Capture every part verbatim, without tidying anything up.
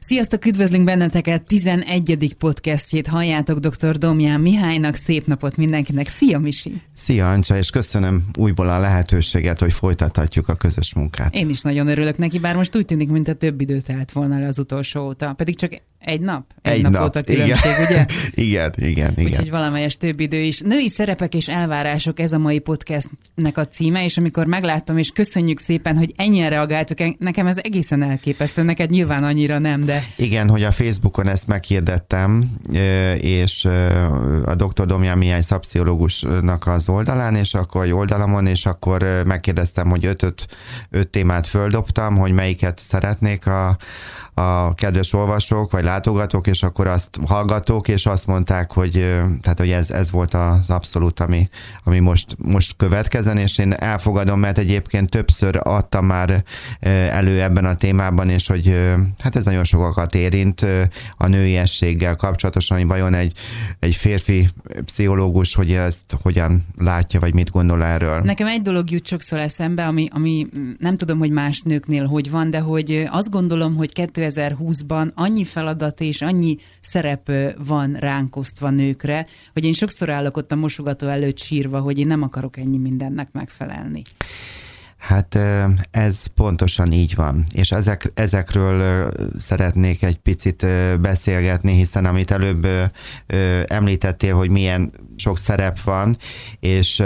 Sziasztok, üdvözlünk benneteket, tizenegyedik podcastjét halljátok dr. Domján Mihálynak. Szép napot mindenkinek. Szia, Misi! Szia, Ancsa, és köszönöm újból a lehetőséget, hogy folytathatjuk a közös munkát. Én is nagyon örülök neki, bár most úgy tűnik, mint a több idő telt volna le az utolsó óta. Pedig csak egy nap? Egy, egy nap, nap volt a különbség, igen. ugye? igen, igen, igen. Úgyhogy valamelyes több idő is. Női szerepek és elvárások, ez a mai podcastnek a címe, és amikor megláttam, és köszönjük szépen, hogy ennyien reagáltok, nekem ez egészen elképesztő, neked nyilván annyira nem, de... Igen, hogy a Facebookon ezt meghirdettem, és a doktor Domján Mihály szakpszichológusnak az oldalán, és akkor oldalamon, és akkor megkérdeztem, hogy öt-öt öt témát földobtam, hogy melyiket szeretnék a a kedves olvasók, vagy látogatók, és akkor azt hallgatók, és azt mondták, hogy, tehát, hogy ez, ez volt az abszolút, ami, ami most, most következzen, és én elfogadom, mert egyébként többször adtam már elő ebben a témában, és hogy hát ez nagyon sokakat érint a nőiességgel kapcsolatosan, hogy vajon egy, egy férfi pszichológus, hogy ezt hogyan látja, vagy mit gondol erről. Nekem egy dolog jut sokszor eszembe, ami, ami nem tudom, hogy más nőknél hogy van, de hogy azt gondolom, hogy kétezer-húszban annyi feladat és annyi szerep van ránk osztva nőkre, hogy én sokszor állok ott a mosogató előtt sírva, hogy én nem akarok ennyi mindennek megfelelni. Hát ez pontosan így van, és ezek, ezekről szeretnék egy picit beszélgetni, hiszen amit előbb említettél, hogy milyen sok szerep van, és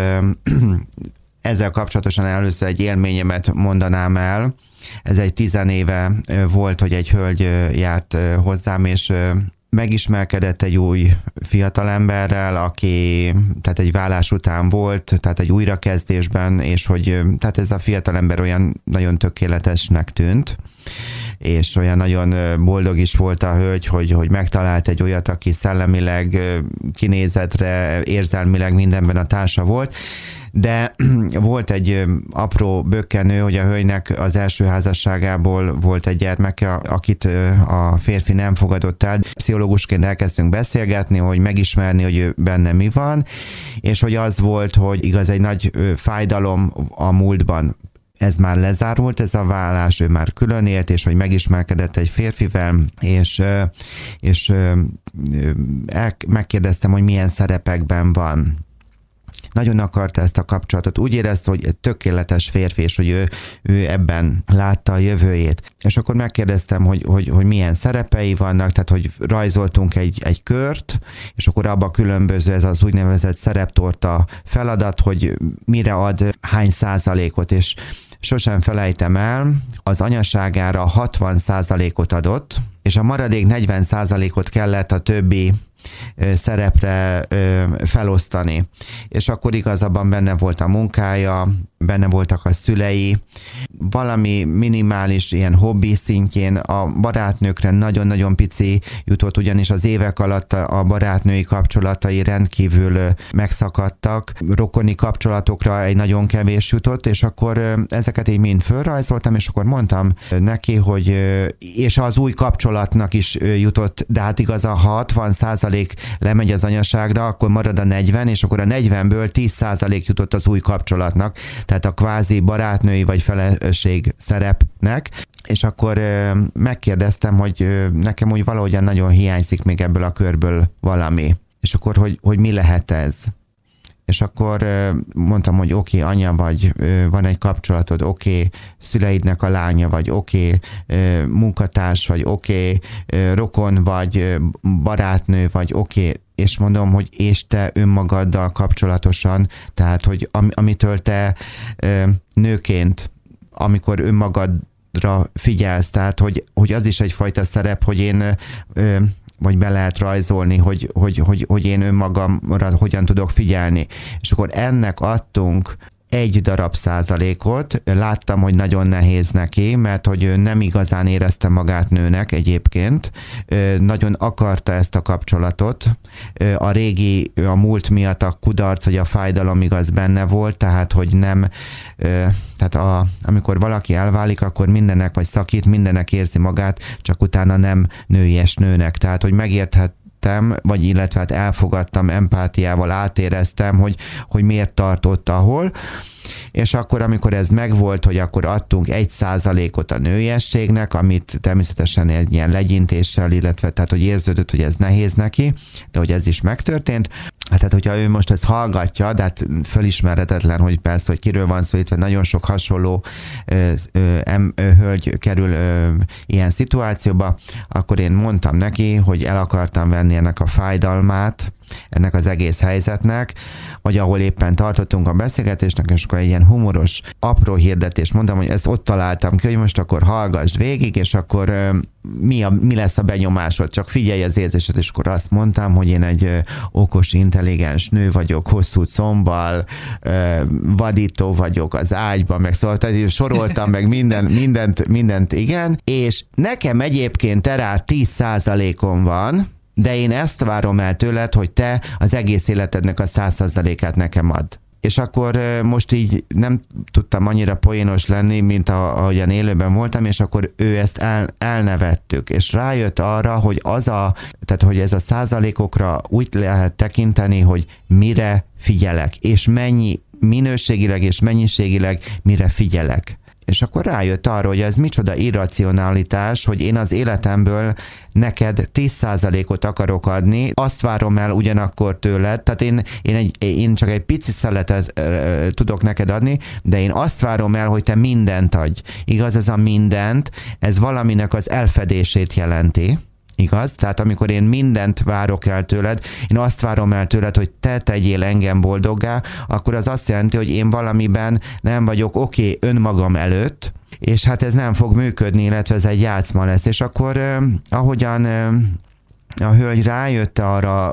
ezzel kapcsolatosan először egy élményemet mondanám el. Ez egy tizenéve volt, hogy egy hölgy járt hozzám, és megismerkedett egy új fiatalemberrel, aki tehát egy vállás után volt, tehát egy újrakezdésben, és hogy tehát ez a fiatalember olyan nagyon tökéletesnek tűnt, és olyan nagyon boldog is volt a hölgy, hogy, hogy megtalált egy olyat, aki szellemileg, kinézetre, érzelmileg mindenben a társa volt, de volt egy apró bökkenő, hogy a hölgynek az első házasságából volt egy gyermeke, akit a férfi nem fogadott el. Pszichológusként elkezdtünk beszélgetni, hogy megismerni, hogy benne mi van, és hogy az volt, hogy igaz, egy nagy fájdalom a múltban. Ez már lezárult, ez a vállás, ő már külön élt, és hogy megismerkedett egy férfivel, és, és el, megkérdeztem, hogy milyen szerepekben van. Nagyon akarta ezt a kapcsolatot. Úgy érezte, hogy egy tökéletes férfi, és hogy ő, ő ebben látta a jövőjét. És akkor megkérdeztem, hogy, hogy, hogy milyen szerepei vannak, tehát hogy rajzoltunk egy, egy kört, és akkor abban különböző ez az úgynevezett szereptorta feladat, hogy mire ad hány százalékot, és sosem felejtem el, az anyaságára hatvan százalékot adott, és a maradék negyven százalékot kellett a többi szerepre felosztani. És akkor igazabban benne volt a munkája, benne voltak a szülei, valami minimális ilyen hobbi szintjén a barátnőkre nagyon-nagyon pici jutott, ugyanis az évek alatt a barátnői kapcsolatai rendkívül megszakadtak, rokoni kapcsolatokra egy nagyon kevés jutott, és akkor ezeket így mind fölrajzoltam, és akkor mondtam neki, hogy és az új kapcsolatnak is jutott, de hát igaz, a hatvan százalék lemegy az anyaságra, akkor marad a negyven, és akkor a negyvenből tíz százalék jutott az új kapcsolatnak, tehát a kvázi barátnői vagy feleség szerepnek, és akkor megkérdeztem, hogy nekem úgy valahogyan nagyon hiányzik még ebből a körből valami, és akkor, hogy, hogy mi lehet ez? És akkor mondtam, hogy oké, okay, anya vagy, van egy kapcsolatod, oké, okay, szüleidnek a lánya vagy, oké, okay, munkatárs vagy, oké, okay, rokon vagy, barátnő vagy, oké, okay. És mondom, hogy és te önmagaddal kapcsolatosan, tehát, hogy am, amitől te nőként, amikor önmagadra figyelsz, tehát, hogy, hogy az is egyfajta szerep, hogy én vagy be lehet rajzolni, hogy, hogy, hogy, hogy én önmagamra hogyan tudok figyelni. És akkor ennek adtunk egy darab százalékot, láttam, hogy nagyon nehéz neki, mert hogy ő nem igazán érezte magát nőnek egyébként, nagyon akarta ezt a kapcsolatot, a régi, a múlt miatt a kudarc vagy a fájdalom igaz benne volt, tehát hogy nem, tehát a, amikor valaki elválik, akkor mindennek vagy szakít, mindennek érzi magát, csak utána nem nőies nőnek, tehát hogy megérthet vagy illetve hát elfogadtam, empátiával átéreztem, hogy, hogy miért tartott ahol, és akkor, amikor ez megvolt, hogy akkor adtunk egy százalékot a nőiességnek, amit természetesen egy ilyen legyintéssel, illetve tehát, hogy érződött, hogy ez nehéz neki, de hogy ez is megtörtént. Tehát, hogyha ő most ezt hallgatja, de hát fölismerhetetlen, hogy persze, hogy kiről van szó, itt nagyon sok hasonló ö, ö, em, ö, hölgy kerül ö, ilyen szituációba, akkor én mondtam neki, hogy el akartam venni ennek a fájdalmát, ennek az egész helyzetnek, vagy ahol éppen tartottunk a beszélgetésnek, és akkor egy ilyen humoros, apró hirdetést mondtam, hogy ezt ott találtam ki, hogy most akkor hallgassd végig, és akkor ö, mi, a, mi lesz a benyomásod, csak figyelj az érzésed, és akkor azt mondtam, hogy én egy ö, okos, intelligens nő vagyok, hosszú combbal, ö, vadító vagyok az ágyban, meg szóval tehát soroltam meg minden, mindent, mindent, igen, és nekem egyébként te rá tíz százalékon van, de én ezt várom el tőled, hogy te az egész életednek a száz százalékát nekem add. És akkor most így nem tudtam annyira poénos lenni, mint ahogyan élőben voltam, és akkor ő ezt el, elnevettük, és rájött arra, hogy az a, tehát hogy ez a százalékokra úgy lehet tekinteni, hogy mire figyelek, és mennyi minőségileg és mennyiségileg mire figyelek. És akkor rájött arra, hogy ez micsoda irracionalitás, hogy én az életemből neked tíz százalékot akarok adni, azt várom el ugyanakkor tőled, tehát én, én, egy, én csak egy pici szeletet uh, tudok neked adni, de én azt várom el, hogy te mindent adj. Igaz, ez a mindent, ez valaminek az elfedését jelenti. Igaz? Tehát amikor én mindent várok el tőled, én azt várom el tőled, hogy te tegyél engem boldoggá, akkor az azt jelenti, hogy én valamiben nem vagyok oké okay, önmagam előtt, és hát ez nem fog működni, illetve ez egy játszma lesz. És akkor eh, ahogyan eh, a hölgy rájött arra,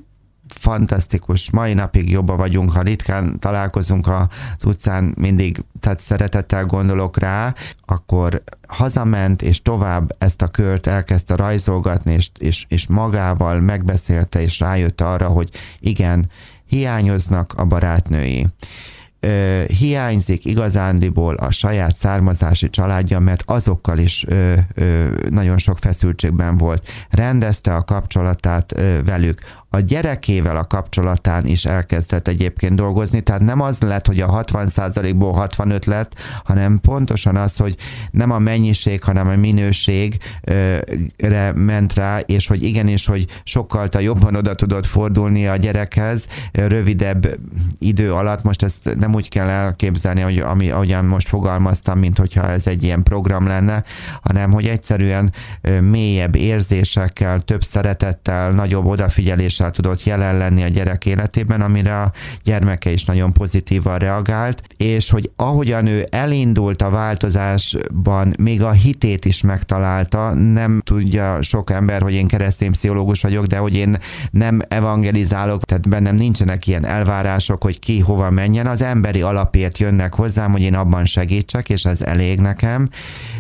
fantasztikus, mai napig jobban vagyunk, ha ritkán találkozunk az utcán, mindig, tehát szeretettel gondolok rá, akkor hazament, és tovább ezt a kört elkezdte rajzolgatni, és, és, és magával megbeszélte, és rájött arra, hogy igen, hiányoznak a barátnői. Ö, hiányzik igazándiból a saját származási családja, mert azokkal is ö, ö, nagyon sok feszültségben volt. Rendezte a kapcsolatát ö, velük. A gyerekével a kapcsolatán is elkezdett egyébként dolgozni, tehát nem az lett, hogy a hatvan százalékból hatvanöt lett, hanem pontosan az, hogy nem a mennyiség, hanem a minőségre ment rá, és hogy igenis, hogy sokkal jobban oda tudott fordulni a gyerekhez rövidebb idő alatt. Most ezt nem úgy kell elképzelni, hogy ami, ahogyan most fogalmaztam, mint hogyha ez egy ilyen program lenne, hanem hogy egyszerűen mélyebb érzésekkel, több szeretettel, nagyobb odafigyelés tudott jelen lenni a gyerek életében, amire a gyermeke is nagyon pozitívan reagált, és hogy ahogyan ő elindult a változásban, még a hitét is megtalálta, nem tudja sok ember, hogy én keresztény pszichológus vagyok, de hogy én nem evangelizálok, tehát bennem nincsenek ilyen elvárások, hogy ki hova menjen, az emberi alapért jönnek hozzám, hogy én abban segítsek, és ez elég nekem,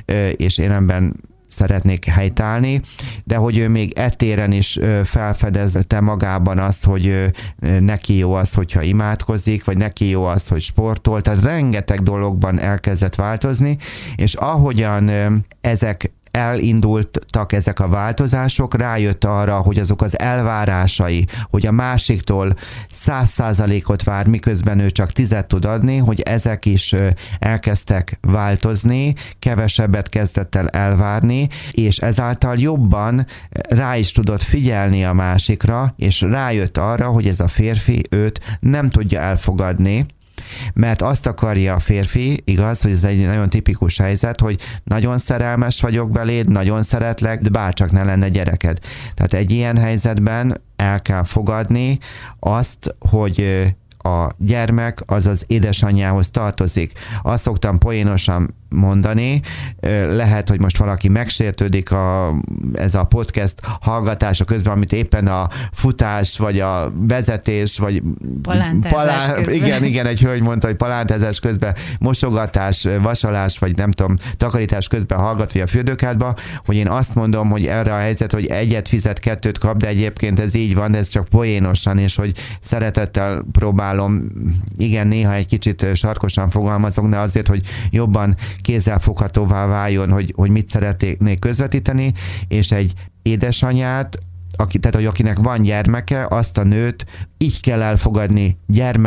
és én ebben szeretnék helytállni, de hogy ő még etéren is felfedezte magában azt, hogy neki jó az, hogyha imádkozik, vagy neki jó az, hogy sportol, tehát rengeteg dologban elkezdett változni, és ahogyan ezek elindultak ezek a változások, rájött arra, hogy azok az elvárásai, hogy a másiktól száz százalékot vár, miközben ő csak tizet tud adni, hogy ezek is elkezdtek változni, kevesebbet kezdett el elvárni, és ezáltal jobban rá is tudott figyelni a másikra, és rájött arra, hogy ez a férfi őt nem tudja elfogadni, mert azt akarja a férfi, igaz, hogy ez egy nagyon tipikus helyzet, hogy nagyon szerelmes vagyok beléd, nagyon szeretlek, de bárcsak ne lenne gyereked. Tehát egy ilyen helyzetben el kell fogadni azt, hogy a gyermek az az édesanyjához tartozik. Azt szoktam poénosan mondani, lehet, hogy most valaki megsértődik a, ez a podcast hallgatása közben, amit éppen a futás, vagy a vezetés, vagy palántázás palá... közben. Igen, igen, egy hölgy mondta, hogy palántázás közben, mosogatás, vasalás, vagy nem tudom, takarítás közben hallgat, vagy a fürdőkádba, hogy én azt mondom, hogy erre a helyzet, hogy egyet fizet, kettőt kap, de egyébként ez így van, de ez csak poénosan, és hogy szeretettel próbálom, igen, néha egy kicsit sarkosan fogalmazok, de azért, hogy jobban kézzelfoghatóvá váljon, hogy, hogy mit szeretnék közvetíteni, és egy édesanyát, aki, tehát hogy akinek van gyermeke, azt a nőt így kell elfogadni gyermek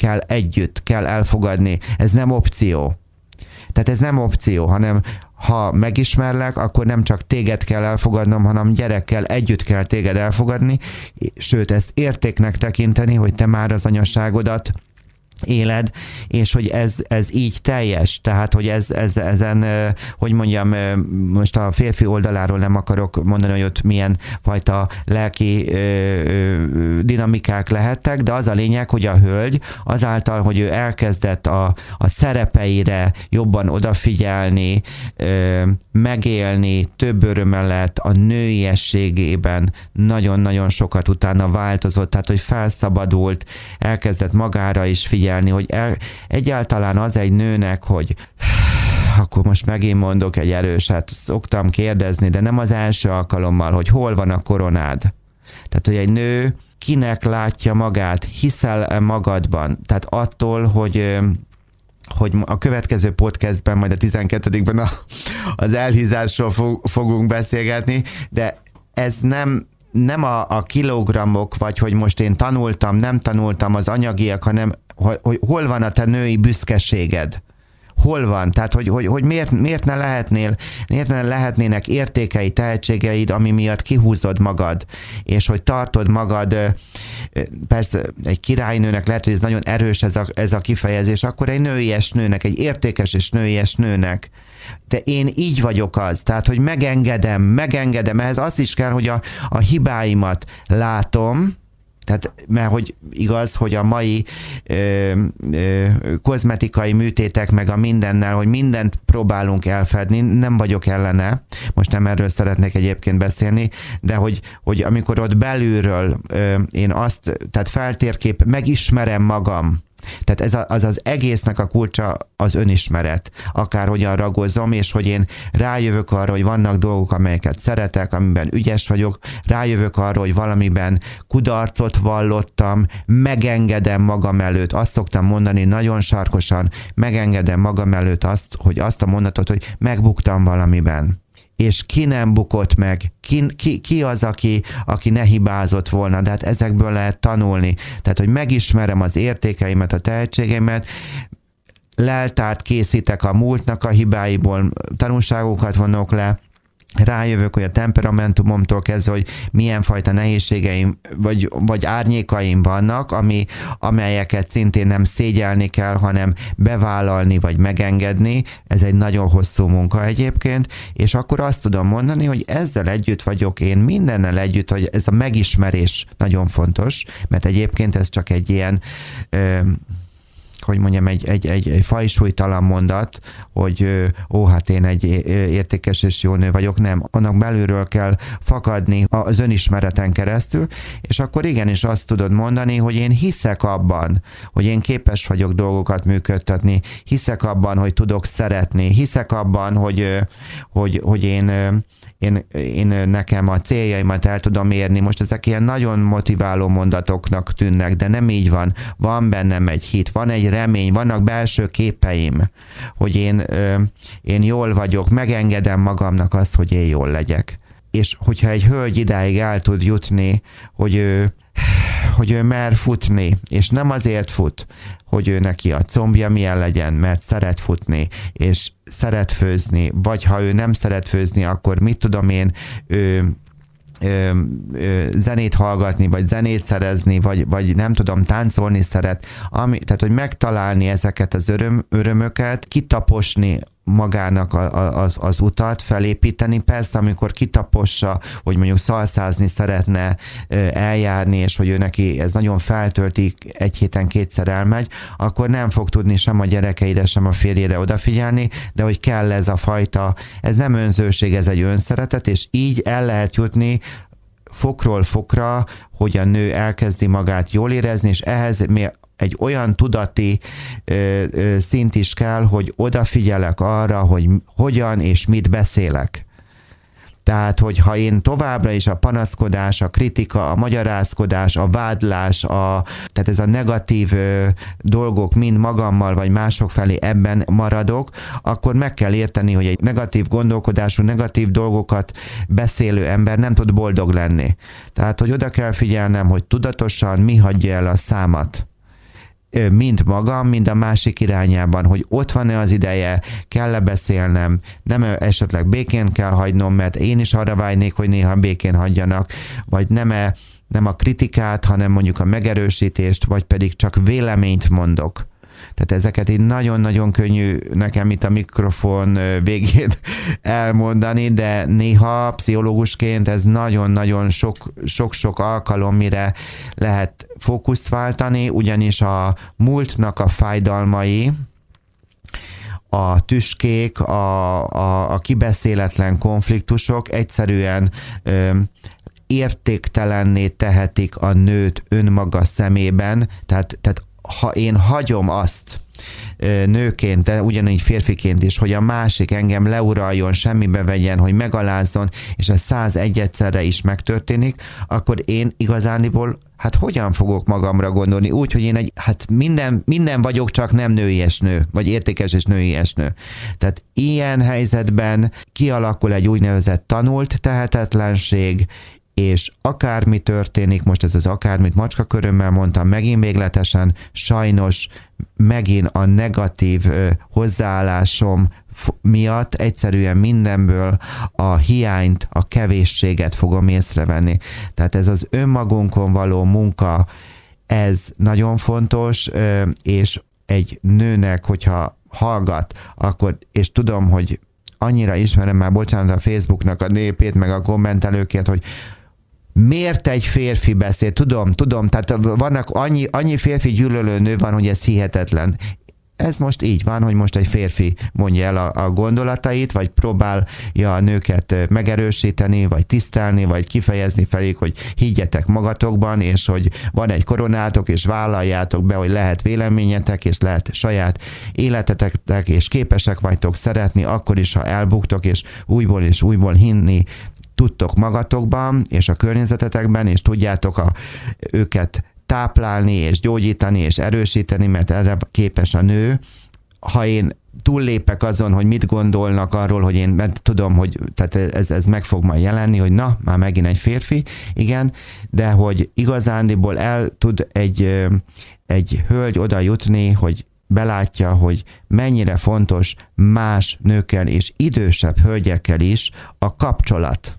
kell együtt, kell elfogadni. Ez nem opció. Tehát ez nem opció, hanem ha megismerlek, akkor nem csak téged kell elfogadnom, hanem gyerekkel együtt kell téged elfogadni, sőt, ezt értéknek tekinteni, hogy te már az anyaságodat éled, és hogy ez, ez így teljes, tehát, hogy ez, ez, ezen, hogy mondjam, most a férfi oldaláról nem akarok mondani, hogy ott milyen fajta lelki dinamikák lehettek, de az a lényeg, hogy a hölgy azáltal, hogy ő elkezdett a, a szerepeire jobban odafigyelni, megélni, több öröme lett a nőiességében, nagyon-nagyon sokat utána változott, tehát, hogy felszabadult, elkezdett magára is figyelni, hogy el, egyáltalán az egy nőnek, hogy akkor most megint mondok egy erőset, szoktam kérdezni, de nem az első alkalommal, hogy hol van a koronád. Tehát, hogy egy nő kinek látja magát, hiszel magadban. Tehát attól, hogy hogy a következő podcastben, majd a tizenkettedikben a, az elhízásról fog, fogunk beszélgetni, de ez nem nem a, a kilogrammok, vagy hogy most én tanultam, nem tanultam az anyagiak, hanem hogy, hogy hol van a te női büszkeséged. Hol van? Tehát, hogy, hogy, hogy miért, miért ne lehetnél, miért ne lehetnének értékei, tehetségeid, ami miatt kihúzod magad, és hogy tartod magad, persze egy királynőnek lehet, hogy ez nagyon erős ez a, ez a kifejezés, akkor egy nőies nőnek, egy értékes és nőies nőnek. De én így vagyok az, tehát, hogy megengedem, megengedem, ehhez az is kell, hogy a, a hibáimat látom, tehát, mert hogy igaz, hogy a mai ö, ö, kozmetikai műtétek meg a mindennel, hogy mindent próbálunk elfedni, nem vagyok ellene, most nem erről szeretnék egyébként beszélni, de hogy, hogy amikor ott belülről ö, én azt, tehát feltérkép, megismerem magam, tehát ez a, az az egésznek a kulcsa az önismeret. Akárhogyan ragozom, és hogy én rájövök arra, hogy vannak dolgok, amelyeket szeretek, amiben ügyes vagyok, rájövök arra, hogy valamiben kudarcot vallottam, megengedem magam előtt, azt szoktam mondani nagyon sarkosan, megengedem magam előtt azt, hogy azt a mondatot, hogy megbuktam valamiben. És ki nem bukott meg, ki, ki, ki az, aki, aki ne hibázott volna, de hát ezekből lehet tanulni. Tehát, hogy megismerem az értékeimet, a tehetségeimet, leltárt készítek a múltnak a hibáiból, tanulságokat vonok le, rájövök, hogy a temperamentumomtól kezdve, hogy milyen fajta nehézségeim vagy, vagy árnyékaim vannak, ami, amelyeket szintén nem szégyelni kell, hanem bevállalni vagy megengedni. Ez egy nagyon hosszú munka egyébként, és akkor azt tudom mondani, hogy ezzel együtt vagyok én, mindennel együtt, hogy ez a megismerés nagyon fontos, mert egyébként ez csak egy ilyen ö, hogy mondjam, egy, egy, egy, egy fajsúlytalan mondat, hogy ó, hát én egy értékes és jó nő vagyok, nem. Annak belülről kell fakadni az önismereten keresztül, és akkor igenis azt tudod mondani, hogy én hiszek abban, hogy én képes vagyok dolgokat működtetni, hiszek abban, hogy tudok szeretni, hiszek abban, hogy, hogy, hogy én Én, én nekem a céljaimat el tudom érni. Most ezek ilyen nagyon motiváló mondatoknak tűnnek, de nem így van. Van bennem egy hit, van egy remény, vannak belső képeim, hogy én, én jól vagyok, megengedem magamnak azt, hogy én jól legyek. És hogyha egy hölgy idáig el tud jutni, hogy ő, hogy ő mer futni, és nem azért fut, hogy ő neki a combja milyen legyen, mert szeret futni, és szeret főzni, vagy ha ő nem szeret főzni, akkor mit tudom én, ő, ö, ö, zenét hallgatni, vagy zenét szerezni, vagy, vagy nem tudom, táncolni szeret, ami, tehát hogy megtalálni ezeket az öröm, örömöket, kitaposni magának az, az utat, felépíteni. Persze, amikor kitapossa, hogy mondjuk szalszázni szeretne eljárni, és hogy ő neki ez nagyon feltölti, egy héten kétszer elmegy, akkor nem fog tudni sem a gyerekeire, sem a férjére odafigyelni, de hogy kell ez a fajta, ez nem önzőség, ez egy önszeretet, és így el lehet jutni fokról fokra, hogy a nő elkezdi magát jól érezni, és ehhez mi egy olyan tudati ö, ö, szint is kell, hogy odafigyelek arra, hogy hogyan és mit beszélek. Tehát, hogyha én továbbra is a panaszkodás, a kritika, a magyarázkodás, a vádlás, a, tehát ez a negatív ö, dolgok mind magammal vagy mások felé ebben maradok, akkor meg kell érteni, hogy egy negatív gondolkodású, negatív dolgokat beszélő ember nem tud boldog lenni. Tehát, hogy oda kell figyelnem, hogy tudatosan mi hagyja el a számat. mind magam, mind a másik irányában, hogy ott van-e az ideje, kell-e beszélnem, nem esetleg békén kell hagynom, mert én is arra vágynék, hogy néha békén hagyjanak, vagy nem-e, nem a kritikát, hanem mondjuk a megerősítést, vagy pedig csak véleményt mondok. Tehát ezeket így nagyon-nagyon könnyű nekem itt a mikrofon végén elmondani, de néha pszichológusként ez nagyon-nagyon sok, sok-sok alkalom, mire lehet fókuszt váltani, ugyanis a múltnak a fájdalmai, a tüskék, a, a, a kibeszéletlen konfliktusok egyszerűen ö, értéktelenné tehetik a nőt önmaga szemében, tehát, tehát ha én hagyom azt nőként, de ugyanígy férfiként is, hogy a másik engem leuraljon, semmibe vegyen, hogy megalázzon, és ez százegy egyszerre is megtörténik, akkor én igazániból hát hogyan fogok magamra gondolni? Úgy, hogy én egy, hát minden, minden vagyok, csak nem nőies nő, vagy értékes és nőies nő. Tehát ilyen helyzetben kialakul egy úgynevezett tanult tehetetlenség, és akármi történik, most ez az akármit macskakörömmel mondtam, megint végletesen, sajnos megint a negatív hozzáállásom miatt egyszerűen mindenből a hiányt, a kevésséget fogom észrevenni. Tehát ez az önmagunkon való munka, ez nagyon fontos, és egy nőnek, hogyha hallgat, akkor, és tudom, hogy annyira ismerem már, bocsánat, a Facebooknak a népét, meg a kommentelőket, hogy miért egy férfi beszél? Tudom, tudom, tehát vannak annyi, annyi férfi gyűlölő nő van, hogy ez hihetetlen. Ez most így van, hogy most egy férfi mondja el a, a gondolatait, vagy próbálja a nőket megerősíteni, vagy tisztelni, vagy kifejezni felé, hogy higgyetek magatokban, és hogy van egy koronátok, és vállaljátok be, hogy lehet véleményetek, és lehet saját életetek, és képesek vagytok szeretni, akkor is, ha elbuktok, és újból és újból hinni tudtok magatokban, és a környezetetekben, és tudjátok a, őket táplálni, és gyógyítani, és erősíteni, mert erre képes a nő. Ha én túllépek azon, hogy mit gondolnak arról, hogy én mert tudom, hogy tehát ez, ez meg fog majd jelenni, hogy na, már megint egy férfi, igen, de hogy igazándiból el tud egy, egy hölgy oda jutni, hogy belátja, hogy mennyire fontos más nőkkel és idősebb hölgyekkel is a kapcsolat.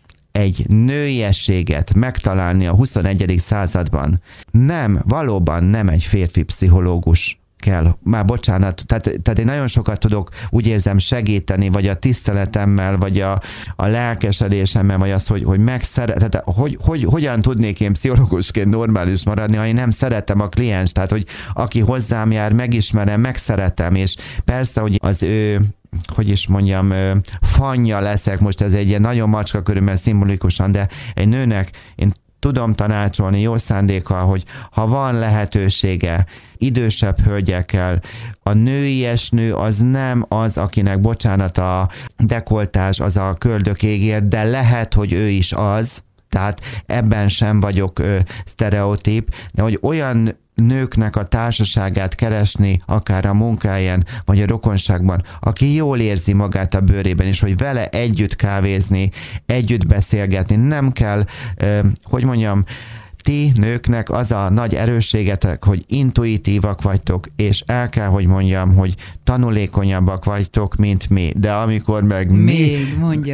Egy nőiességet megtalálni a huszonegyedik században nem, valóban nem egy férfi pszichológus kell. Már bocsánat, tehát, tehát én nagyon sokat tudok, úgy érzem, segíteni, vagy a tiszteletemmel, vagy a, a lelkesedésemmel, vagy az, hogy, hogy megszeret, tehát hogy, hogy, hogyan tudnék én pszichológusként normális maradni, ha én nem szeretem a kliens, tehát hogy aki hozzám jár, megismerem, megszeretem, és persze, hogy az ő hogy is mondjam, fanja leszek, most ez egy ilyen nagyon macska körülbelül szimbolikusan, de egy nőnek én tudom tanácsolni jó szándékkal, hogy ha van lehetősége idősebb hölgyekkel, a nőies nő az nem az, akinek, bocsánat, a dekoltás, az a köldökégér, de lehet, hogy ő is az, tehát ebben sem vagyok ö, sztereotíp, de hogy olyan nőknek a társaságát keresni, akár a munkáján, vagy a rokonságban, aki jól érzi magát a bőrében, és hogy vele együtt kávézni, együtt beszélgetni, nem kell, ö, hogy mondjam, ti nőknek az a nagy erősségetek, hogy intuitívak vagytok, és el kell, hogy mondjam, hogy tanulékonyabbak vagytok, mint mi. De amikor meg mi... Még, mondjad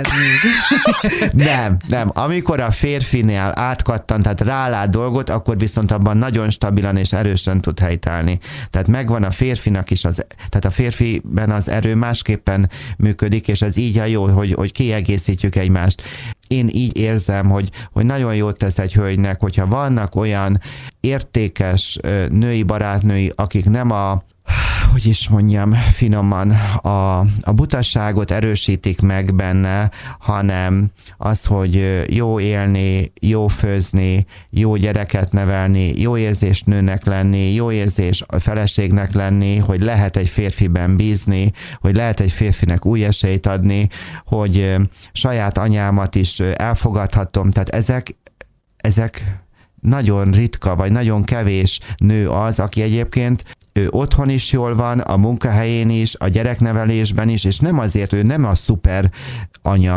még. nem, nem. Amikor a férfinél átkattan, tehát rálát dolgot, akkor viszont abban nagyon stabilan és erősen tud helytállni. Tehát megvan a férfinak is, az, tehát a férfiben az erő másképpen működik, és ez így a jó, hogy, hogy kiegészítjük egymást. Én így érzem, hogy, hogy nagyon jót tesz egy hölgynek, hogyha vannak olyan értékes női barátnői, akik nem a, hogy is mondjam finoman, a, a butasságot erősítik meg benne, hanem az, hogy jó élni, jó főzni, jó gyereket nevelni, jó érzés nőnek lenni, jó érzés feleségnek lenni, hogy lehet egy férfiben bízni, hogy lehet egy férfinek új esélyt adni, hogy saját anyámat is elfogadhatom, tehát ezek, ezek nagyon ritka, vagy nagyon kevés nő az, aki egyébként ő otthon is jól van, a munkahelyén is, a gyereknevelésben is, és nem azért, ő nem a szuper anya,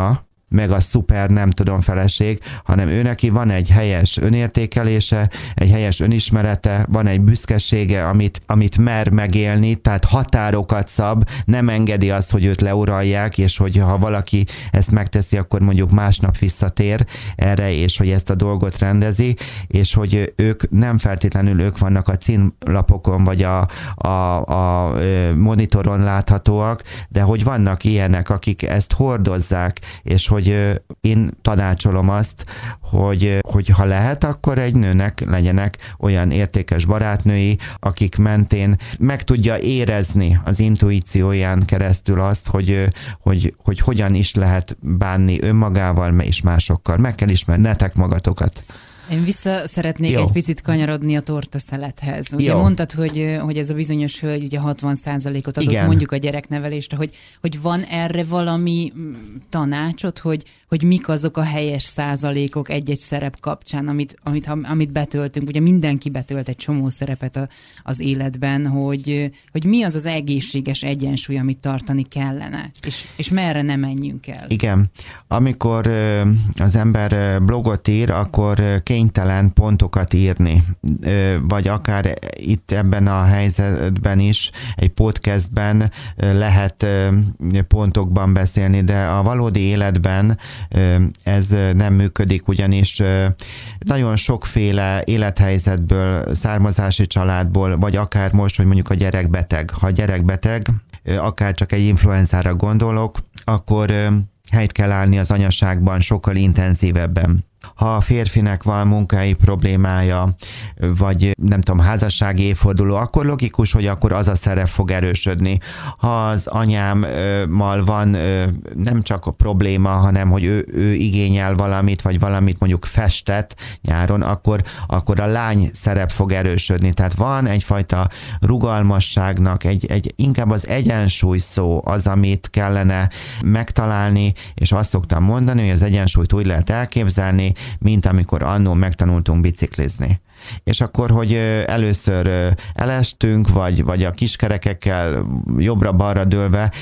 meg a szuper nem tudom feleség, hanem ő neki van egy helyes önértékelése, egy helyes önismerete, van egy büszkesége, amit, amit mer megélni, tehát határokat szab, nem engedi azt, hogy őt leuralják, és hogy ha valaki ezt megteszi, akkor mondjuk másnap visszatér erre, és hogy ezt a dolgot rendezi, és hogy ők nem feltétlenül ők vannak a címlapokon, vagy a, a, a monitoron láthatóak, de hogy vannak ilyenek, akik ezt hordozzák, és hogy én tanácsolom azt, hogy, hogy ha lehet, akkor egy nőnek legyenek olyan értékes barátnői, akik mentén meg tudja érezni az intuícióján keresztül azt, hogy, hogy, hogy hogyan is lehet bánni önmagával és másokkal. Meg kell ismernetek magatokat. Én vissza szeretnék Jó. egy picit kanyarodni a tortaszelethez. Ugye Jó. mondtad, hogy, hogy ez a bizonyos hölgy ugye hatvan százalékot adott Igen. mondjuk a gyereknevelésre, hogy, hogy van erre valami tanácsot, hogy, hogy mik azok a helyes százalékok egy-egy szerep kapcsán, amit, amit, amit betöltünk. Ugye mindenki betölt egy csomó szerepet a, az életben, hogy, hogy mi az az egészséges egyensúly, amit tartani kellene, és, és merre ne menjünk el. Igen. Amikor az ember blogot ír, akkor kénytelen pontokat írni, vagy akár itt ebben a helyzetben is, egy podcastben lehet pontokban beszélni, de a valódi életben ez nem működik, ugyanis nagyon sokféle élethelyzetből, származási családból, vagy akár most, hogy mondjuk a gyerek beteg. Ha a gyerek beteg, akár csak egy influenzára gondolok, akkor helyt kell állni az anyaságban sokkal intenzívebben. Ha a férfinek van munkai problémája, vagy nem tudom, házassági évforduló, akkor logikus, hogy akkor az a szerep fog erősödni. Ha az anyámmal van nem csak a probléma, hanem hogy ő, ő igényel valamit, vagy valamit mondjuk festet nyáron, akkor, akkor a lány szerep fog erősödni. Tehát van egyfajta rugalmasságnak, egy, egy, inkább az egyensúly szó az, amit kellene megtalálni, és azt szoktam mondani, hogy az egyensúlyt úgy lehet elképzelni, mint amikor annól megtanultunk biciklizni. És akkor, hogy először elestünk, vagy, vagy a kiskerekekkel jobbra-balra dőlve,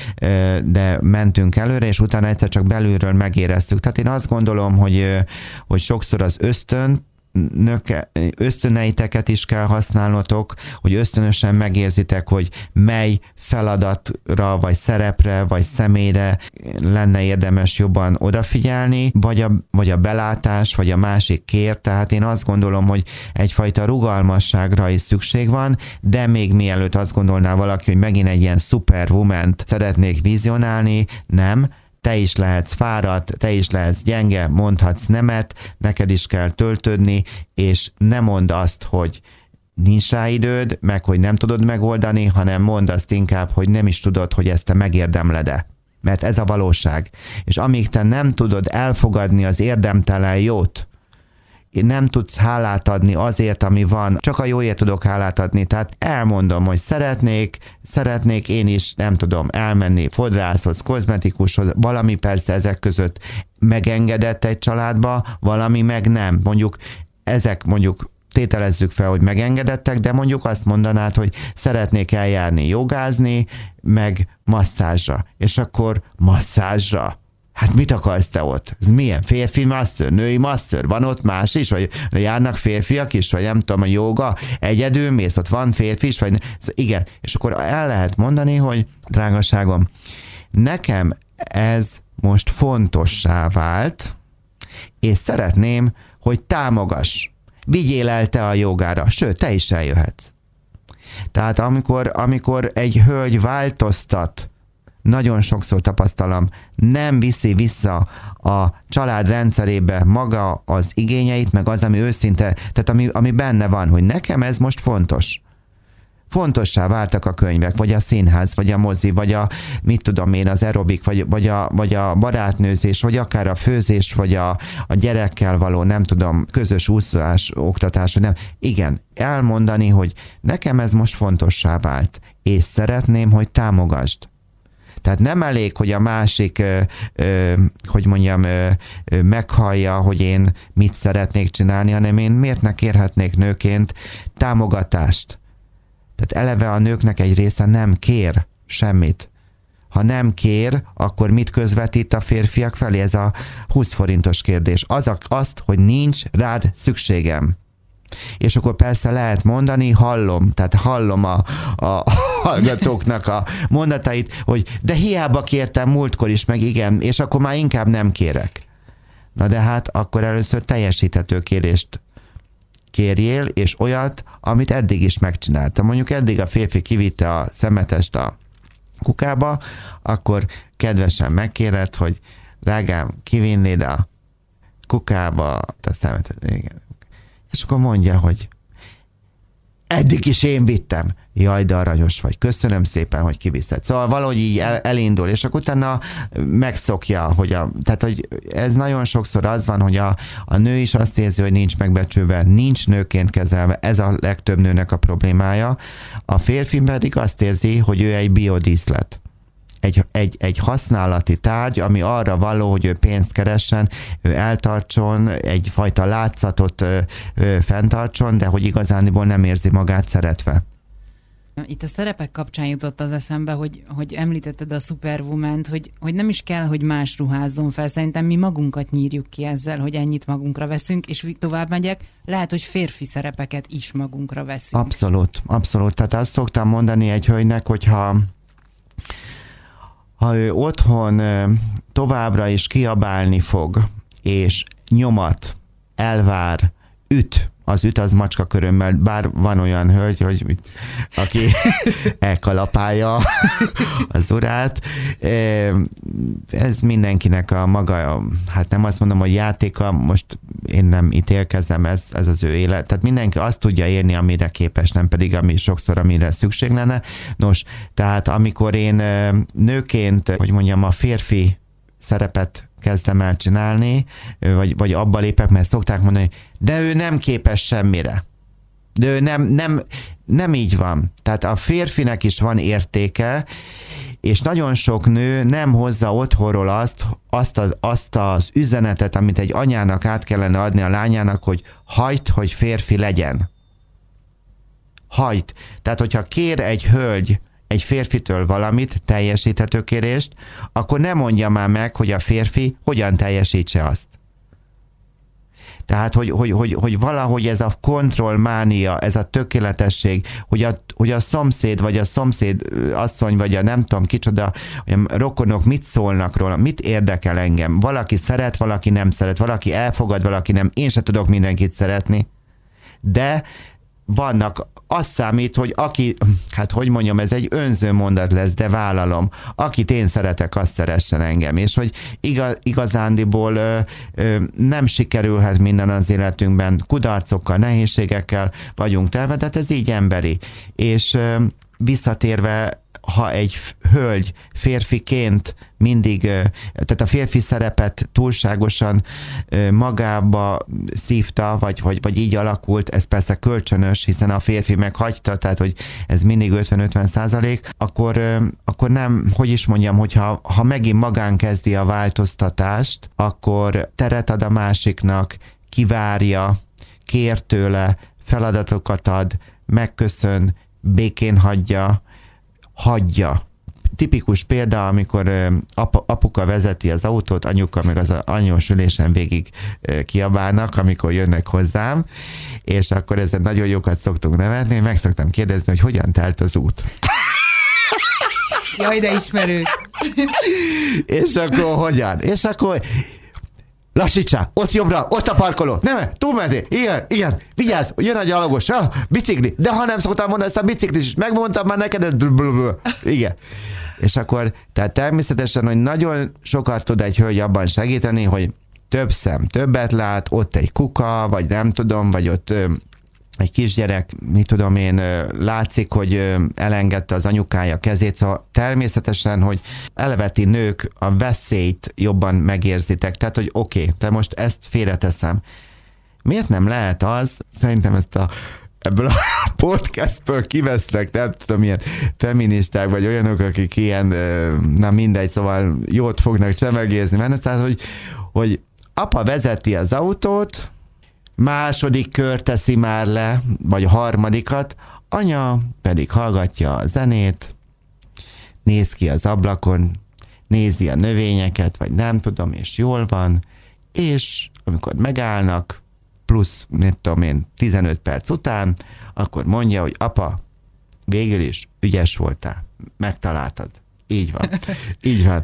de mentünk előre, és utána egyszer csak belülről megéreztük. Tehát én azt gondolom, hogy, hogy sokszor az ösztön, Nöke, ösztöneiteket is kell használnotok, hogy ösztönösen megérzitek, hogy mely feladatra, vagy szerepre, vagy személyre lenne érdemes jobban odafigyelni, vagy a, vagy a belátás, vagy a másik kér. Tehát én azt gondolom, hogy egyfajta rugalmasságra is szükség van, de még mielőtt azt gondolná valaki, hogy megint egy ilyen superwoman-t szeretnék vizionálni, nem. Te is lehetsz fáradt, te is lehetsz gyenge, mondhatsz nemet, neked is kell töltődni, és ne mondd azt, hogy nincs rá időd, meg hogy nem tudod megoldani, hanem mondd azt inkább, hogy nem is tudod, hogy ezt te megérdemled-e. Mert ez a valóság. És amíg te nem tudod elfogadni az érdemtelen jót, nem tudsz hálát adni azért, ami van, csak a jóért tudok hálát adni, tehát elmondom, hogy szeretnék, szeretnék én is, nem tudom, elmenni fodrászhoz, kozmetikushoz, valami persze ezek között megengedett egy családba, valami meg nem. Mondjuk ezek mondjuk tételezzük fel, hogy megengedettek, de mondjuk azt mondanád, hogy szeretnék eljárni jogázni, meg masszázsra, és akkor masszázsra. Hát mit akarsz te ott? Ez milyen? Férfi masször? Női masször? Van ott más is? Vagy járnak férfiak is? Vagy nem tudom, a jóga? Egyedül mész? Ott van férfi is? Vagy igen. És akkor el lehet mondani, hogy drágaságom, nekem ez most fontossá vált, és szeretném, hogy támogass. Vigyél el te a jogára. Sőt, te is eljöhetsz. Tehát amikor, amikor egy hölgy változtat, nagyon sokszor tapasztalom, nem viszi vissza a család rendszerébe maga az igényeit, meg az, ami őszinte, tehát ami, ami benne van, hogy nekem ez most fontos. Fontossá váltak a könyvek, vagy a színház, vagy a mozi, vagy a, mit tudom én, az aerobik, vagy, vagy, a, vagy a barátnőzés, vagy akár a főzés, vagy a, a gyerekkel való, nem tudom, közös úszás, oktatás, vagy nem. Igen, elmondani, hogy nekem ez most fontossá vált, és szeretném, hogy támogasd. Tehát nem elég, hogy a másik, ö, ö, hogy mondjam, ö, ö, meghallja, hogy én mit szeretnék csinálni, hanem én miért ne kérhetnék nőként támogatást. Tehát eleve a nőknek egy része nem kér semmit, Ha nem kér, akkor mit közvetít a férfiak felé? Ez a húsz forintos kérdés. Az, azt, hogy nincs rád szükségem. És akkor persze lehet mondani, hallom, tehát hallom a, a hallgatóknak a mondatait, hogy de hiába kértem múltkor is, meg igen, és akkor már inkább nem kérek. Na de hát akkor először teljesíthető kérést kérjél, és olyat, amit eddig is megcsináltam. Mondjuk eddig a férfi kivitte a szemetest a kukába, akkor kedvesen megkéred, hogy drágám, kivinnéd a kukába a szemetet. Igen. És akkor mondja, hogy eddig is én vittem. Jaj, de aranyos vagy. Köszönöm szépen, hogy kiviszed. Szóval valahogy így el, elindul, és akkor utána megszokja, hogy a, tehát, hogy ez nagyon sokszor az van, hogy a, a nő is azt érzi, hogy nincs megbecsülve, nincs nőként kezelve. Ez a legtöbb nőnek a problémája. A férfi pedig azt érzi, hogy ő egy biodíszlet. Egy, egy, egy használati tárgy, ami arra való, hogy ő pénzt keressen, ő eltartson, egyfajta látszatot ö, ö, fenntartson, de hogy igazániból nem érzi magát szeretve. Itt a szerepek kapcsán jutott az eszembe, hogy, hogy említetted a Superwoman-t, hogy, hogy nem is kell, hogy más ruházzon fel. Szerintem mi magunkat nyírjuk ki ezzel, hogy ennyit magunkra veszünk, és tovább megyek, lehet, hogy férfi szerepeket is magunkra veszünk. Abszolút, abszolút. Tehát azt szoktam mondani egy hölgynek, hogyha ha ő otthon továbbra is kiabálni fog, és nyomat, elvár, üt, az üt az macska körömmel, bár van olyan hölgy, hogy mit, aki elkalapálja az urát. Ez mindenkinek a maga, hát nem azt mondom, hogy játéka, most én nem ítélkezem, ez, ez az ő élet. Tehát mindenki azt tudja érni, amire képes, nem pedig ami sokszor, amire szükség lenne. Nos, tehát amikor én nőként, hogy mondjam, a férfi szerepet kezdem el csinálni, vagy, vagy abba lépek, mert szokták mondani, de ő nem képes semmire. De ő nem, nem, nem így van. Tehát a férfinek is van értéke, és nagyon sok nő nem hozza otthonról azt, azt, az, azt az üzenetet, amit egy anyának át kellene adni a lányának, hogy hagyd, hogy férfi legyen. Hagyd. Tehát, hogyha kér egy hölgy egy férfitől valamit, teljesíthető kérést, akkor ne mondja már meg, hogy a férfi hogyan teljesítse azt. Tehát, hogy, hogy, hogy, hogy valahogy ez a kontrollmánia, ez a tökéletesség, hogy a, hogy a szomszéd, vagy a szomszéd asszony, vagy a nem tudom kicsoda, hogy a rokonok mit szólnak róla, mit érdekel engem. Valaki szeret, valaki nem szeret, valaki elfogad, valaki nem. Én se tudok mindenkit szeretni. De vannak, az számít, hogy aki, hát hogy mondjam, ez egy önző mondat lesz, de vállalom, akit én szeretek, azt szeressen engem, és hogy igaz, igazándiból ö, ö, nem sikerülhet minden az életünkben, kudarcokkal, nehézségekkel vagyunk telve, de ez így emberi. És ö, visszatérve, ha egy hölgy férfiként mindig, tehát a férfi szerepet túlságosan magába szívta, vagy, vagy, vagy így alakult, ez persze kölcsönös, hiszen a férfi meghagyta, tehát hogy ez mindig ötven-ötven százalék, akkor, akkor nem, hogy is mondjam, hogyha ha megint magán kezdi a változtatást, akkor teret ad a másiknak, kivárja, kér tőle, feladatokat ad, megköszön, békén hagyja, hagyja. Tipikus példa, amikor apa, apuka vezeti az autót, anyuka meg az anyós ülésen végig kiabálnak, amikor jönnek hozzám, és akkor ezen nagyon jókat szoktunk nevetni, meg szoktam kérdezni, hogy hogyan telt az út. Jaj, de ismerős. És akkor hogyan? És akkor lassítsál, ott jobbra, ott a parkoló, nem, túlmentél, igen, igen, vigyázz, jön a gyalogos, ah, bicikli, de ha nem szoktam mondani ezt a biciklis is, megmondtam már neked, igen. És akkor, tehát természetesen, hogy nagyon sokat tud egy hölgy abban segíteni, hogy több szem többet lát, ott egy kuka, vagy nem tudom, vagy ott ö, egy kisgyerek, mit tudom én, látszik, hogy elengedte az anyukája kezét, szóval természetesen, hogy eleveti nők a veszélyt jobban megérzitek, tehát, hogy oké, okay, te most ezt félreteszem. Miért nem lehet az, szerintem ezt a ebből a podcastből kivesznek, nem tudom, ilyen feministák, vagy olyanok, akik ilyen, na mindegy, szóval jót fognak csemegézni, mert tehát, hogy, hogy apa vezeti az autót, második kör teszi már le, vagy harmadikat, anya pedig hallgatja a zenét, néz ki az ablakon, nézi a növényeket, vagy nem tudom, és jól van, és amikor megállnak, plusz, mit tudom én, tizenöt perc után, akkor mondja, hogy apa, végül is ügyes voltál, megtaláltad. Így van. Így van.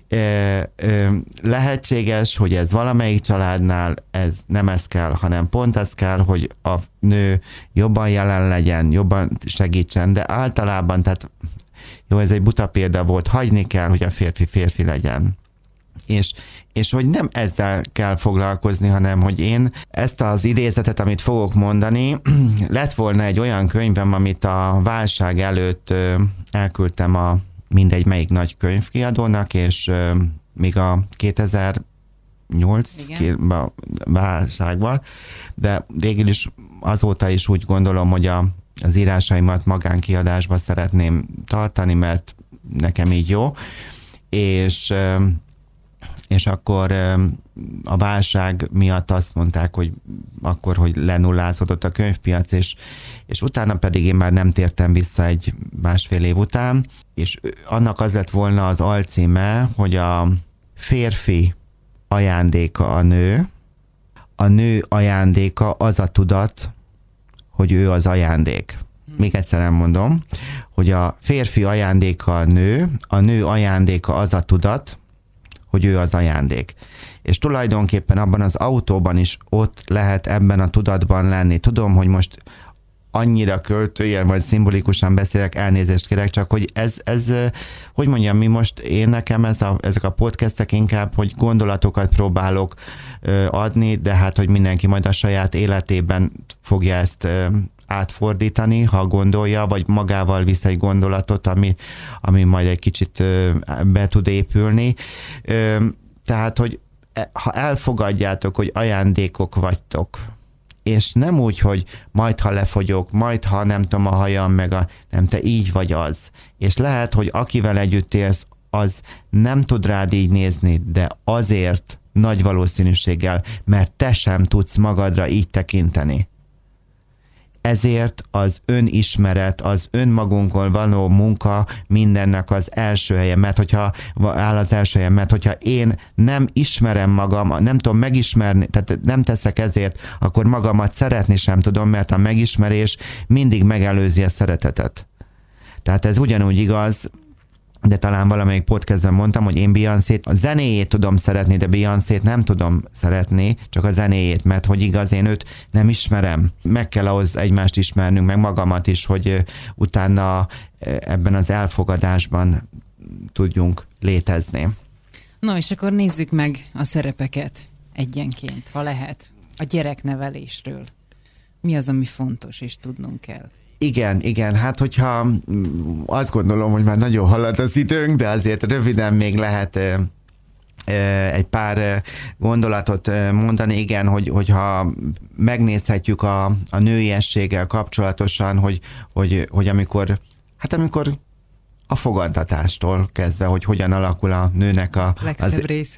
Lehetséges, hogy ez valamelyik családnál ez nem ez kell, hanem pont ez kell, hogy a nő jobban jelen legyen, jobban segítsen, de általában, tehát jó, ez egy buta példa volt, hagyni kell, hogy a férfi férfi legyen. És, és hogy nem ezzel kell foglalkozni, hanem hogy én ezt az idézetet, amit fogok mondani, lett volna egy olyan könyvem, amit a válság előtt elküldtem a mindegy melyik nagy könyvkiadónak, és még a kétezer-nyolc válságban, de végül is azóta is úgy gondolom, hogy a, az írásaimat magánkiadásba szeretném tartani, mert nekem így jó, és és akkor a válság miatt azt mondták, hogy akkor, hogy lenullázódott a könyvpiac, és, és utána pedig én már nem tértem vissza egy másfél év után, és annak az lett volna az alcíme, hogy a férfi ajándéka a nő, a nő ajándéka az a tudat, hogy ő az ajándék. Még egyszer elmondom, hogy a férfi ajándéka a nő, a nő ajándéka az a tudat, hogy ő az ajándék. És tulajdonképpen abban az autóban is ott lehet ebben a tudatban lenni. Tudom, hogy most annyira költőjen vagy szimbolikusan beszélek, elnézést kérek, csak hogy ez, ez hogy mondjam, mi most én nekem ez a, ezek a podcastek inkább, hogy gondolatokat próbálok adni, de hát, hogy mindenki majd a saját életében fogja ezt átfordítani, ha gondolja, vagy magával visz egy gondolatot, ami, ami majd egy kicsit be tud épülni. Tehát, hogy ha elfogadjátok, hogy ajándékok vagytok, és nem úgy, hogy majd, ha lefogyok, majd, ha nem tudom, a hajam, meg a... Nem, te így vagy az. És lehet, hogy akivel együtt élsz, az nem tud rád így nézni, de azért nagy valószínűséggel, mert te sem tudsz magadra így tekinteni. Ezért az önismeret, az önmagunkon való munka mindennek az első helye, mert hogyha áll az első helye, mert hogyha én nem ismerem magam, nem tudom megismerni, tehát nem teszek ezért, akkor magamat szeretni sem tudom, mert a megismerés mindig megelőzi a szeretetet. Tehát ez ugyanúgy igaz, de talán valamelyik podcastben mondtam, hogy én Beyoncét, a zenéjét tudom szeretni, de Beyoncét nem tudom szeretni, csak a zenéjét, mert hogy igaz, én őt nem ismerem. Meg kell ahhoz egymást ismernünk, meg magamat is, hogy utána ebben az elfogadásban tudjunk létezni. No, és akkor nézzük meg a szerepeket egyenként, ha lehet, a gyereknevelésről. Mi az, ami fontos, és tudnunk kell? Igen, igen, hát hogyha azt gondolom, hogy már nagyon halad az időnk, de azért röviden még lehet egy pár gondolatot mondani, igen, hogy, hogyha megnézhetjük a, a nőiességgel kapcsolatosan, hogy, hogy, hogy amikor, hát amikor a fogantatástól kezdve, hogy hogyan alakul a nőnek a... Legszebb az... rész.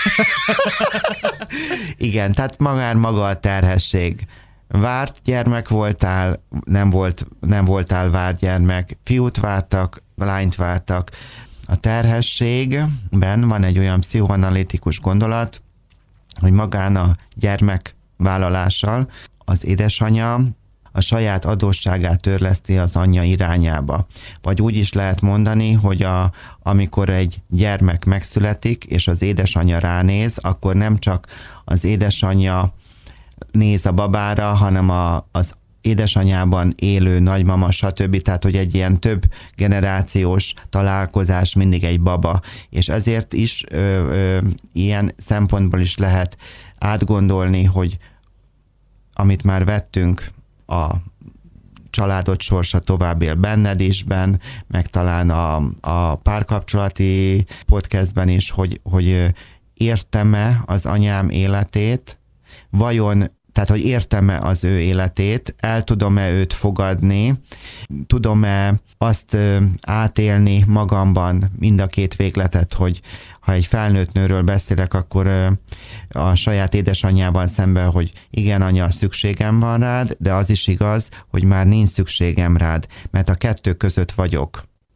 Igen, tehát magán maga a terhesség. Várt gyermek voltál, nem, volt, nem voltál várt gyermek, fiút vártak, lányt vártak. A terhességben van egy olyan pszichoanalitikus gondolat, hogy magán a gyermek vállalással az édesanyja a saját adósságát törleszti az anyja irányába. Vagy úgy is lehet mondani, hogy a, amikor egy gyermek megszületik, és az édesanyja ránéz, akkor nem csak az édesanyja néz a babára, hanem a, az édesanyában élő nagymama, stb. Tehát, hogy egy ilyen több generációs találkozás mindig egy baba. És ezért is ö, ö, ilyen szempontból is lehet átgondolni, hogy amit már vettünk, a családod sorsa tovább él benned isben, meg talán a, a párkapcsolati podcastben is, hogy, hogy értem-e az anyám életét, vajon, tehát, hogy értem-e az ő életét, el tudom-e őt fogadni, tudom-e azt átélni magamban mind a két végletet, hogy ha egy felnőtt nőről beszélek, akkor a saját édesanyjával szemben, hogy igen, anya, szükségem van rád, de az is igaz, hogy már nincs szükségem rád, mert a kettő között vagyok.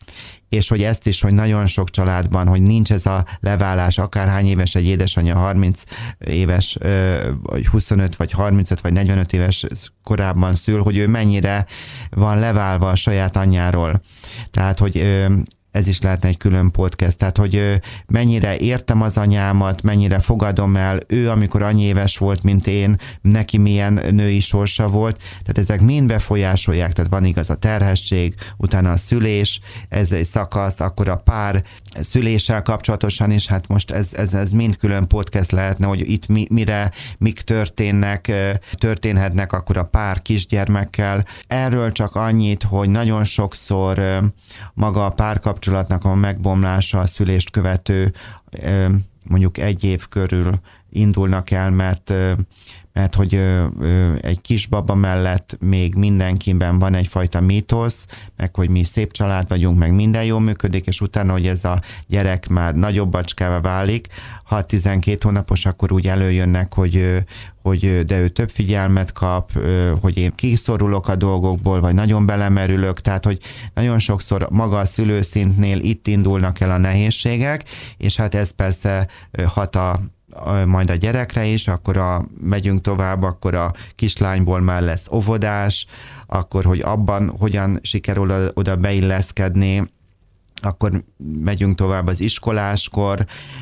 és hogy ezt is, hogy nagyon sok családban, hogy nincs ez a leválás, akárhány éves egy édesanyja, harminc éves, vagy huszonöt, vagy harmincöt, vagy negyvenöt éves korábban szül, hogy ő mennyire van leválva a saját anyjáról. Tehát, hogy ez is lehetne egy külön podcast, tehát hogy mennyire értem az anyámat, mennyire fogadom el, ő amikor annyi éves volt, mint én, neki milyen női sorsa volt, tehát ezek mind befolyásolják, tehát van igaz a terhesség, utána a szülés, ez egy szakasz, akkor a pár szüléssel kapcsolatosan is, hát most ez, ez, ez mind külön podcast lehetne, hogy itt mi, mire, mik történnek, történhetnek akkor a pár kisgyermekkel. Erről csak annyit, hogy nagyon sokszor maga a párkapcsolat a megbomlása, a szülést követő mondjuk egy év körül indulnak el, mert, mert hogy egy kisbaba mellett még mindenkiben van egyfajta mítosz, meg hogy mi szép család vagyunk, meg minden jól működik, és utána, hogy ez a gyerek már nagyobb bacskává válik, ha tizenkét hónapos, akkor úgy előjönnek, hogy, hogy de ő több figyelmet kap, hogy én kiszorulok a dolgokból, vagy nagyon belemerülök, tehát hogy nagyon sokszor maga a szülőszintnél itt indulnak el a nehézségek, és hát ez persze hat a majd a gyerekre is, akkor a, megyünk tovább, akkor a kislányból már lesz óvodás, akkor hogy abban hogyan sikerül oda, oda beilleszkedni, akkor megyünk tovább az iskoláskor,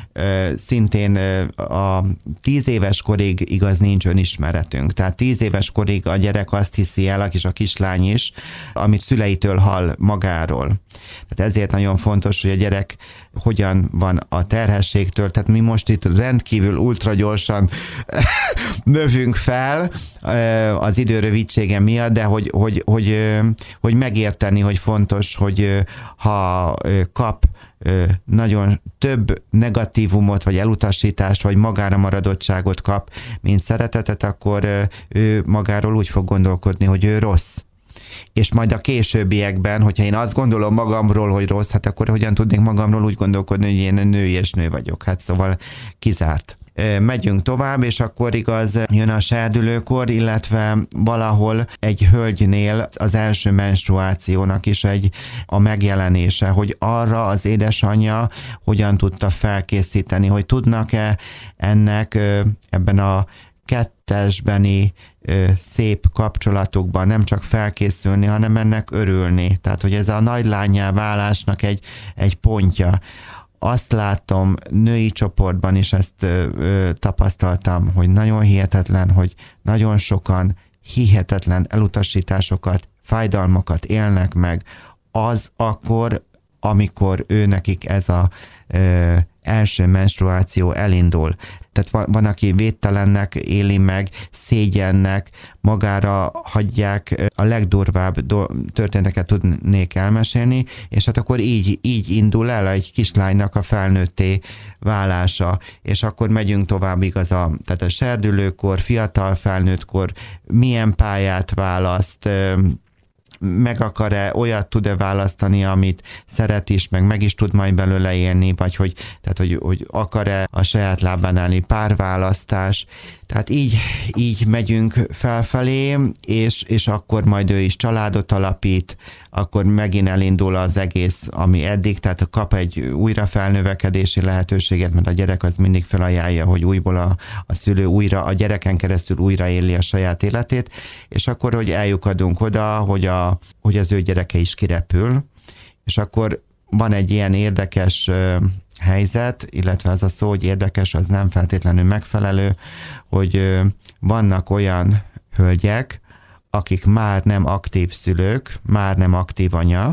szintén a tíz éves korig igaz nincs önismeretünk. Tehát tíz éves korig a gyerek azt hiszi el, és a kislány is, amit szüleitől hall magáról. Tehát ezért nagyon fontos, hogy a gyerek hogyan van a terhességtől, tehát mi most itt rendkívül ultra gyorsan növünk fel az idő rövidsége miatt, de hogy, hogy, hogy, hogy megérteni, hogy fontos, hogy ha kap nagyon több negatívumot, vagy elutasítást, vagy magára maradottságot kap, mint szeretetet, akkor ő magáról úgy fog gondolkodni, hogy ő rossz. És majd a későbbiekben, hogyha én azt gondolom magamról, hogy rossz, hát akkor hogyan tudnék magamról úgy gondolkodni, hogy én nő és nő vagyok. Hát szóval kizárt. Megyünk tovább, és akkor igaz, jön a serdülőkor, illetve valahol egy hölgynél az első menstruációnak is egy a megjelenése, hogy arra az édesanyja hogyan tudta felkészíteni, hogy tudnak-e ennek ebben a kettesbeni szép kapcsolatokban nem csak felkészülni, hanem ennek örülni. Tehát, hogy ez a nagylánnyá válásnak egy, egy pontja. Azt látom, női csoportban is ezt ö, ö, tapasztaltam, hogy nagyon hihetetlen, hogy nagyon sokan hihetetlen elutasításokat, fájdalmakat élnek meg, az akkor, amikor ő nekik ez a ö, első menstruáció elindul. Tehát van, van, aki védtelennek éli meg, szégyennek, magára hagyják, a legdurvább do- történeteket tudnék elmesélni, és hát akkor így, így indul el egy kislánynak a felnőtté válása, és akkor megyünk tovább igaz a, tehát a serdülőkor, fiatal felnőttkor, milyen pályát választ, meg akar-e, olyat tud-e választani, amit szeret is, meg meg is tud majd belőle élni, vagy hogy, tehát, hogy, hogy akar-e a saját lábán állni, párválasztás. Tehát így, így megyünk felfelé, és, és akkor majd ő is családot alapít, akkor megint elindul az egész, ami eddig, tehát kap egy újra felnövekedési lehetőséget, mert a gyerek az mindig felajánlja, hogy újból a, a szülő újra, a gyereken keresztül újra éli a saját életét, és akkor, hogy eljukadunk oda, hogy, a, hogy az ő gyereke is kirepül, és akkor van egy ilyen érdekes helyzet, illetve az a szó, hogy érdekes, az nem feltétlenül megfelelő, hogy vannak olyan hölgyek, akik már nem aktív szülők, már nem aktív anya,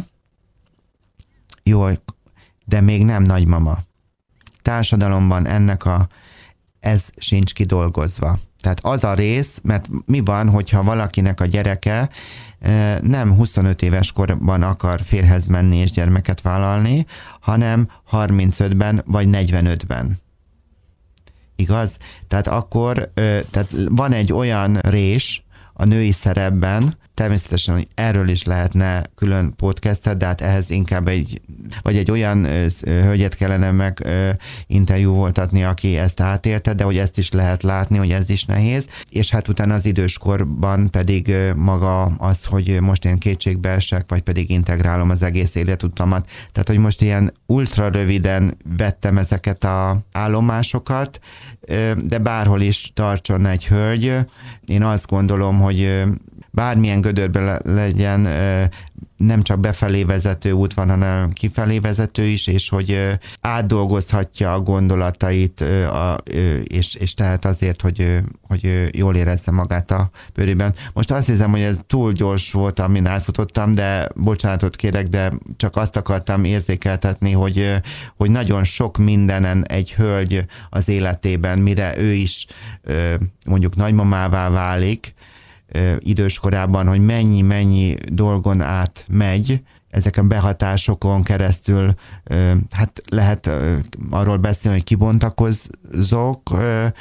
jó, de még nem nagymama. Társadalomban ennek a, ez sincs kidolgozva. Tehát az a rész, mert mi van, hogyha valakinek a gyereke nem huszonöt éves korban akar férjhez menni és gyermeket vállalni, hanem harmincötben vagy negyvenötben. Igaz? Tehát akkor tehát van egy olyan rés, a női szerepben. Természetesen, hogy erről is lehetne külön podcastet, de hát ehhez inkább egy, vagy egy olyan hölgyet kellene meg interjú voltatni, aki ezt átélte, de hogy ezt is lehet látni, hogy ez is nehéz. És hát utána az időskorban pedig maga az, hogy most én kétségbe esek, vagy pedig integrálom az egész életutamat. Tehát, hogy most ilyen ultra röviden vettem ezeket a állomásokat, de bárhol is tartson egy hölgy. Én azt gondolom, hogy bármilyen gödörben legyen, nem csak befelé vezető út van, hanem kifelé vezető is, és hogy átdolgozhatja a gondolatait, és, és tehát azért, hogy, hogy jól érezze magát a bőrében. Most azt hiszem, hogy ez túl gyors volt, amin átfutottam, de bocsánatot kérek, de csak azt akartam érzékeltetni, hogy, hogy nagyon sok mindenen egy hölgy az életében, mire ő is mondjuk nagymamává válik, időskorában, hogy mennyi-mennyi dolgon át megy, ezeken behatásokon keresztül, hát lehet arról beszélni, hogy kibontakozok,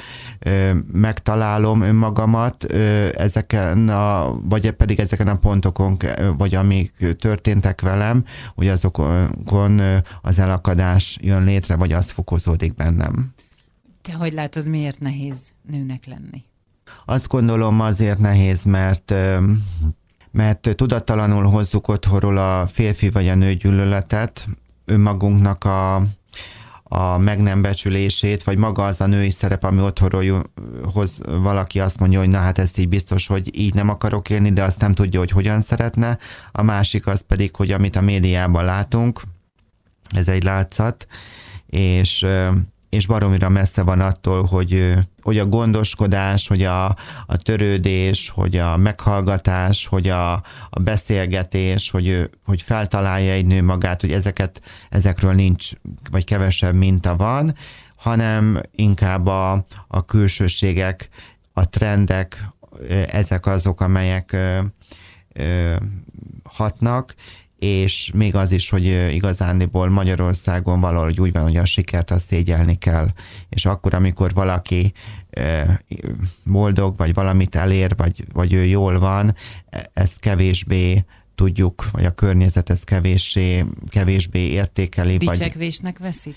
megtalálom önmagamat ezeken a, vagy pedig ezeken a pontokon, vagy amik történtek velem, hogy azokon az elakadás jön létre, vagy az fokozódik bennem. Te hogy látod, miért nehéz nőnek lenni? Azt gondolom azért nehéz, mert, mert tudattalanul hozzuk otthonról a férfi vagy a nő gyűlöletet, önmagunknak a, a meg nem becsülését, vagy maga az a női szerep, ami otthonról hoz valaki azt mondja, hogy na hát ez így biztos, hogy így nem akarok élni, de azt nem tudja, hogy hogyan szeretne. A másik az pedig, hogy amit a médiában látunk, ez egy látszat, és és baromira messze van attól, hogy, hogy a gondoskodás, hogy a, a törődés, hogy a meghallgatás, hogy a, a beszélgetés, hogy, hogy feltalálja egy nő magát, hogy ezeket, ezekről nincs, vagy kevesebb minta van, hanem inkább a, a külsőségek, a trendek, ezek azok, amelyek ö, ö, hatnak, és még az is, hogy igazándiból Magyarországon valahogy úgy van, hogy a sikert azt szégyelni kell. És akkor, amikor valaki boldog, vagy valamit elér, vagy, vagy ő jól van, ezt kevésbé tudjuk, vagy a környezet ezt kevéssé, kevésbé értékeli. Dicsekvésnek vagy... veszik?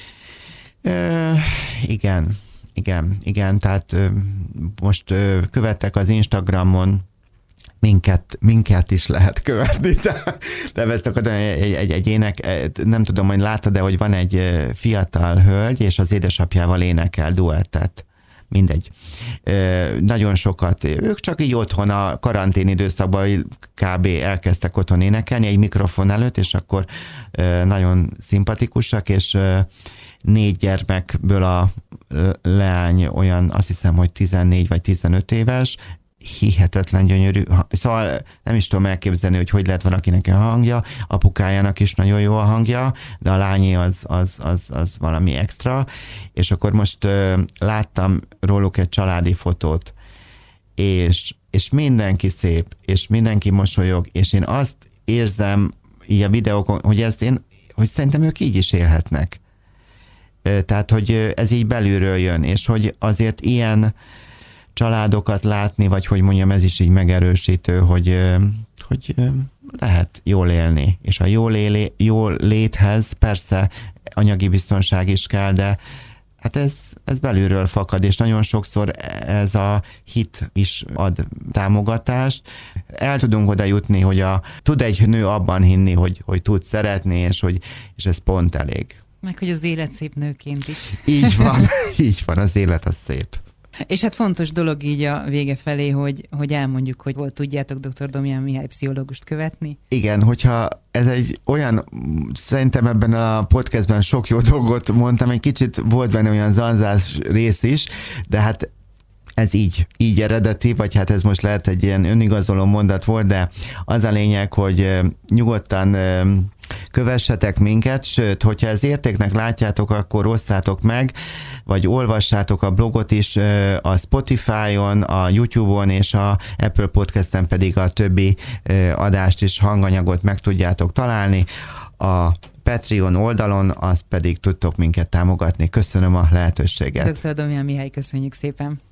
Ö, igen, igen, igen. Tehát most követtek az Instagramon, Minket, minket is lehet követni. De ezt akartam, egy, egy, egy ének, nem tudom, hogy láttad, de hogy van egy fiatal hölgy, és az édesapjával énekel duettet. Mindegy. Nagyon sokat, ők csak így otthon a karantén időszakban kb. Elkezdtek otthon énekelni egy mikrofon előtt, és akkor nagyon szimpatikusak, és négy gyermekből a leány olyan, azt hiszem, hogy tizennégy vagy tizenöt éves, hihetetlen gyönyörű, szóval nem is tudom elképzelni, hogy hogy lehet valakinek a hangja, apukájának is nagyon jó a hangja, de a lányé az, az, az, az valami extra, és akkor most uh, láttam róluk egy családi fotót, és, és mindenki szép, és mindenki mosolyog, és én azt érzem így a videókon, hogy ezt én, hogy szerintem ők így is élhetnek. Tehát, hogy ez így belülről jön, és hogy azért ilyen családokat látni, vagy hogy mondjam, ez is így megerősítő, hogy, hogy lehet jól élni. És a jól, élé, jól léthez persze anyagi biztonság is kell, de hát ez, ez belülről fakad, és nagyon sokszor ez a hit is ad támogatást. El tudunk oda jutni, hogy a, tud egy nő abban hinni, hogy, hogy tud szeretni, és, hogy, és ez pont elég. Meg, hogy az élet szép nőként is. Így van, így van, az élet az szép. És hát fontos dolog így a vége felé, hogy, hogy elmondjuk, hogy hol tudjátok dr. Domján Mihály pszichológust követni. Igen, hogyha ez egy olyan, szerintem ebben a podcastben sok jó dolgot mondtam, egy kicsit volt benne olyan zanzás rész is, de hát ez így, így eredeti, vagy hát ez most lehet egy ilyen önigazoló mondat volt, de az a lényeg, hogy nyugodtan kövessetek minket, sőt, hogyha ez értéknek látjátok, akkor osszátok meg, vagy olvassátok a blogot is a Spotify-on, a YouTube-on és a Apple Podcast-en pedig a többi adást és hanganyagot meg tudjátok találni. A Patreon oldalon, azt pedig tudtok minket támogatni. Köszönöm a lehetőséget. dr. Domján Mihály, köszönjük szépen.